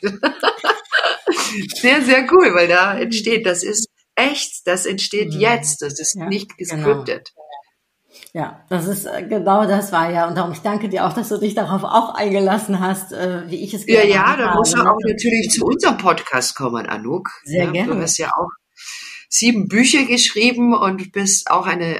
sehr, sehr cool, weil da entsteht, das ist echt, das entsteht jetzt, das ist nicht gescriptet. Genau. Ja, das ist genau das war ja. Und darum, ich danke dir auch, dass du dich darauf auch eingelassen hast, wie ich es gerne habe. Ja, da musst du auch natürlich zu unserem Podcast kommen, Anouk. Sehr gerne. Du hast ja auch 7 Bücher geschrieben und bist auch eine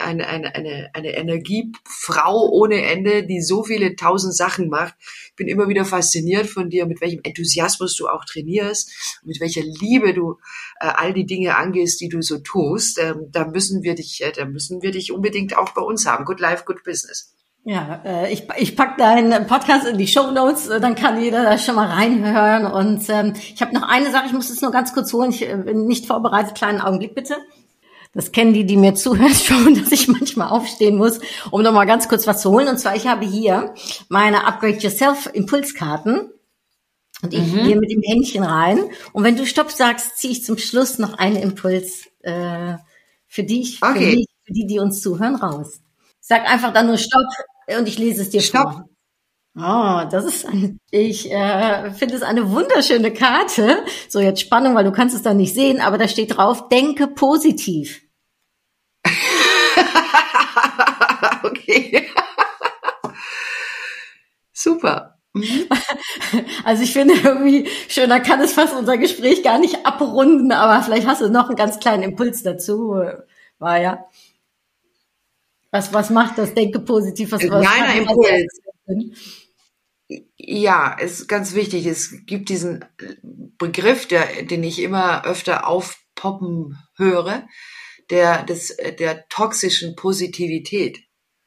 Energiefrau ohne Ende, die so viele 1000 Sachen macht. Ich bin immer wieder fasziniert von dir, mit welchem Enthusiasmus du auch trainierst, mit welcher Liebe du all die Dinge angehst, die du so tust. Da müssen wir dich unbedingt auch bei uns haben. Good Life, Good Business. Ja, ich pack deinen Podcast in die Shownotes, dann kann jeder da schon mal reinhören. Und ich habe noch eine Sache, ich muss es nur ganz kurz holen, ich bin nicht vorbereitet, kleinen Augenblick bitte. Das kennen die mir zuhören schon, dass ich manchmal aufstehen muss, um noch mal ganz kurz was zu holen. Und zwar, ich habe hier meine Upgrade Yourself Impulskarten. Und ich gehe mit dem Händchen rein. Und wenn du Stopp sagst, ziehe ich zum Schluss noch einen Impuls für dich, Okay. für die uns zuhören, raus. Sag einfach dann nur Stopp und ich lese es dir Stopp. vor. Oh, ich finde es eine wunderschöne Karte. So, jetzt Spannung, weil du kannst es dann nicht sehen, aber da steht drauf, denke positiv. Okay. Super. Also ich finde irgendwie, schöner kann es fast unser Gespräch gar nicht abrunden, aber vielleicht hast du noch einen ganz kleinen Impuls dazu. War ja. Was macht das? Denke positiv. Was Kleiner Impuls. Was Ja, ist ganz wichtig. Es gibt diesen Begriff, den ich immer öfter aufpoppen höre, der toxischen Positivität.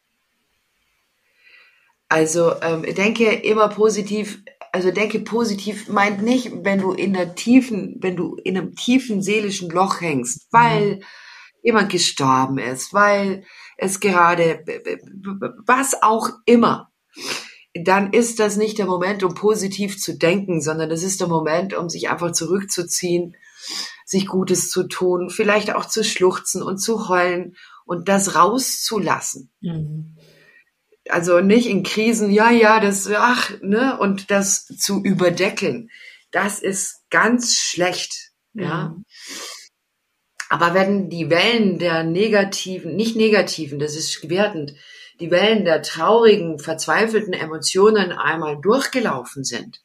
Also denke immer positiv. Also denke positiv meint nicht, wenn du in einem tiefen seelischen Loch hängst, weil jemand gestorben ist, weil es gerade was auch immer. Dann ist das nicht der Moment, um positiv zu denken, sondern das ist der Moment, um sich einfach zurückzuziehen, sich Gutes zu tun, vielleicht auch zu schluchzen und zu heulen und das rauszulassen. Also nicht in Krisen, und das zu überdeckeln. Das ist ganz schlecht, ja. Aber wenn die Wellen der nicht negativen, das ist wertend, die Wellen der traurigen, verzweifelten Emotionen einmal durchgelaufen sind,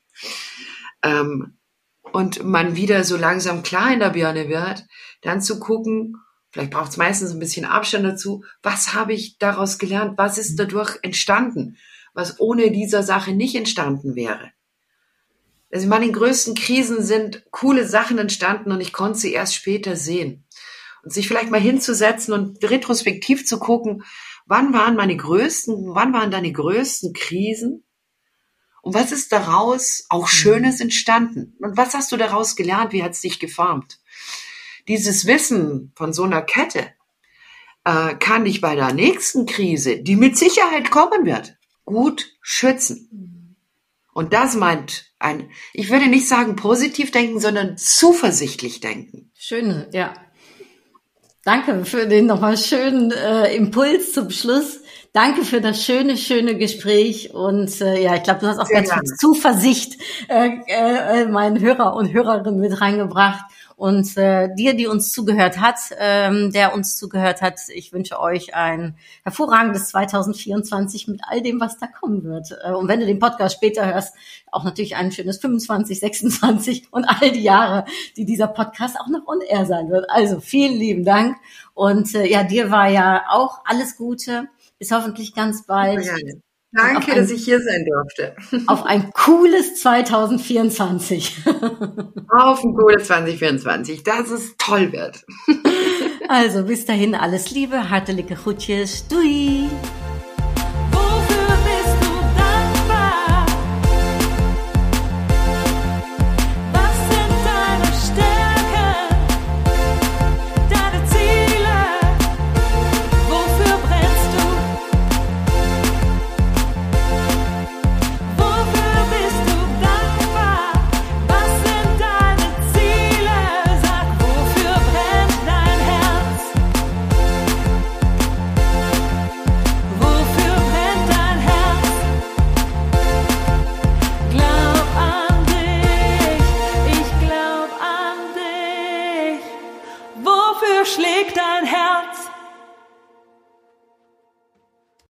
und man wieder so langsam klar in der Birne wird, dann zu gucken, vielleicht braucht es meistens ein bisschen Abstand dazu, was habe ich daraus gelernt, was ist dadurch entstanden, was ohne dieser Sache nicht entstanden wäre. Also in meinen größten Krisen sind coole Sachen entstanden und ich konnte sie erst später sehen. Und sich vielleicht mal hinzusetzen und retrospektiv zu gucken, wann waren deine größten Krisen? Und was ist daraus auch Schönes entstanden? Und was hast du daraus gelernt? Wie hat es dich geformt? Dieses Wissen von so einer Kette kann dich bei der nächsten Krise, die mit Sicherheit kommen wird, gut schützen. Und das meint ich würde nicht sagen positiv denken, sondern zuversichtlich denken. Schöne, ja. Danke für den nochmal schönen Impuls zum Schluss. Danke für das schöne Gespräch und ich glaube, du hast auch Sehr ganz viel gerne. Zuversicht meinen Hörer und Hörerinnen mit reingebracht und dir, der uns zugehört hat, ich wünsche euch ein hervorragendes 2024 mit all dem, was da kommen wird. Und wenn du den Podcast später hörst, auch natürlich ein schönes 25, 26 und all die Jahre, die dieser Podcast auch noch on air sein wird. Also vielen lieben Dank und dir war ja auch alles Gute. Bis hoffentlich ganz bald. Danke, dass ich hier sein durfte. Auf ein cooles 2024. Auf ein cooles 2024, dass es toll wird. Also bis dahin alles Liebe, hartelijke groetjes, doei. Wofür bist du dankbar? Was sind deine Stärken? Deine Ziele? Wofür brennst du? Wofür bist du dankbar? Was sind deine Ziele? Sag, wofür brennt dein Herz? Wofür brennt dein Herz? Glaub an dich, ich glaub an dich. Wofür schlägt dein Herz?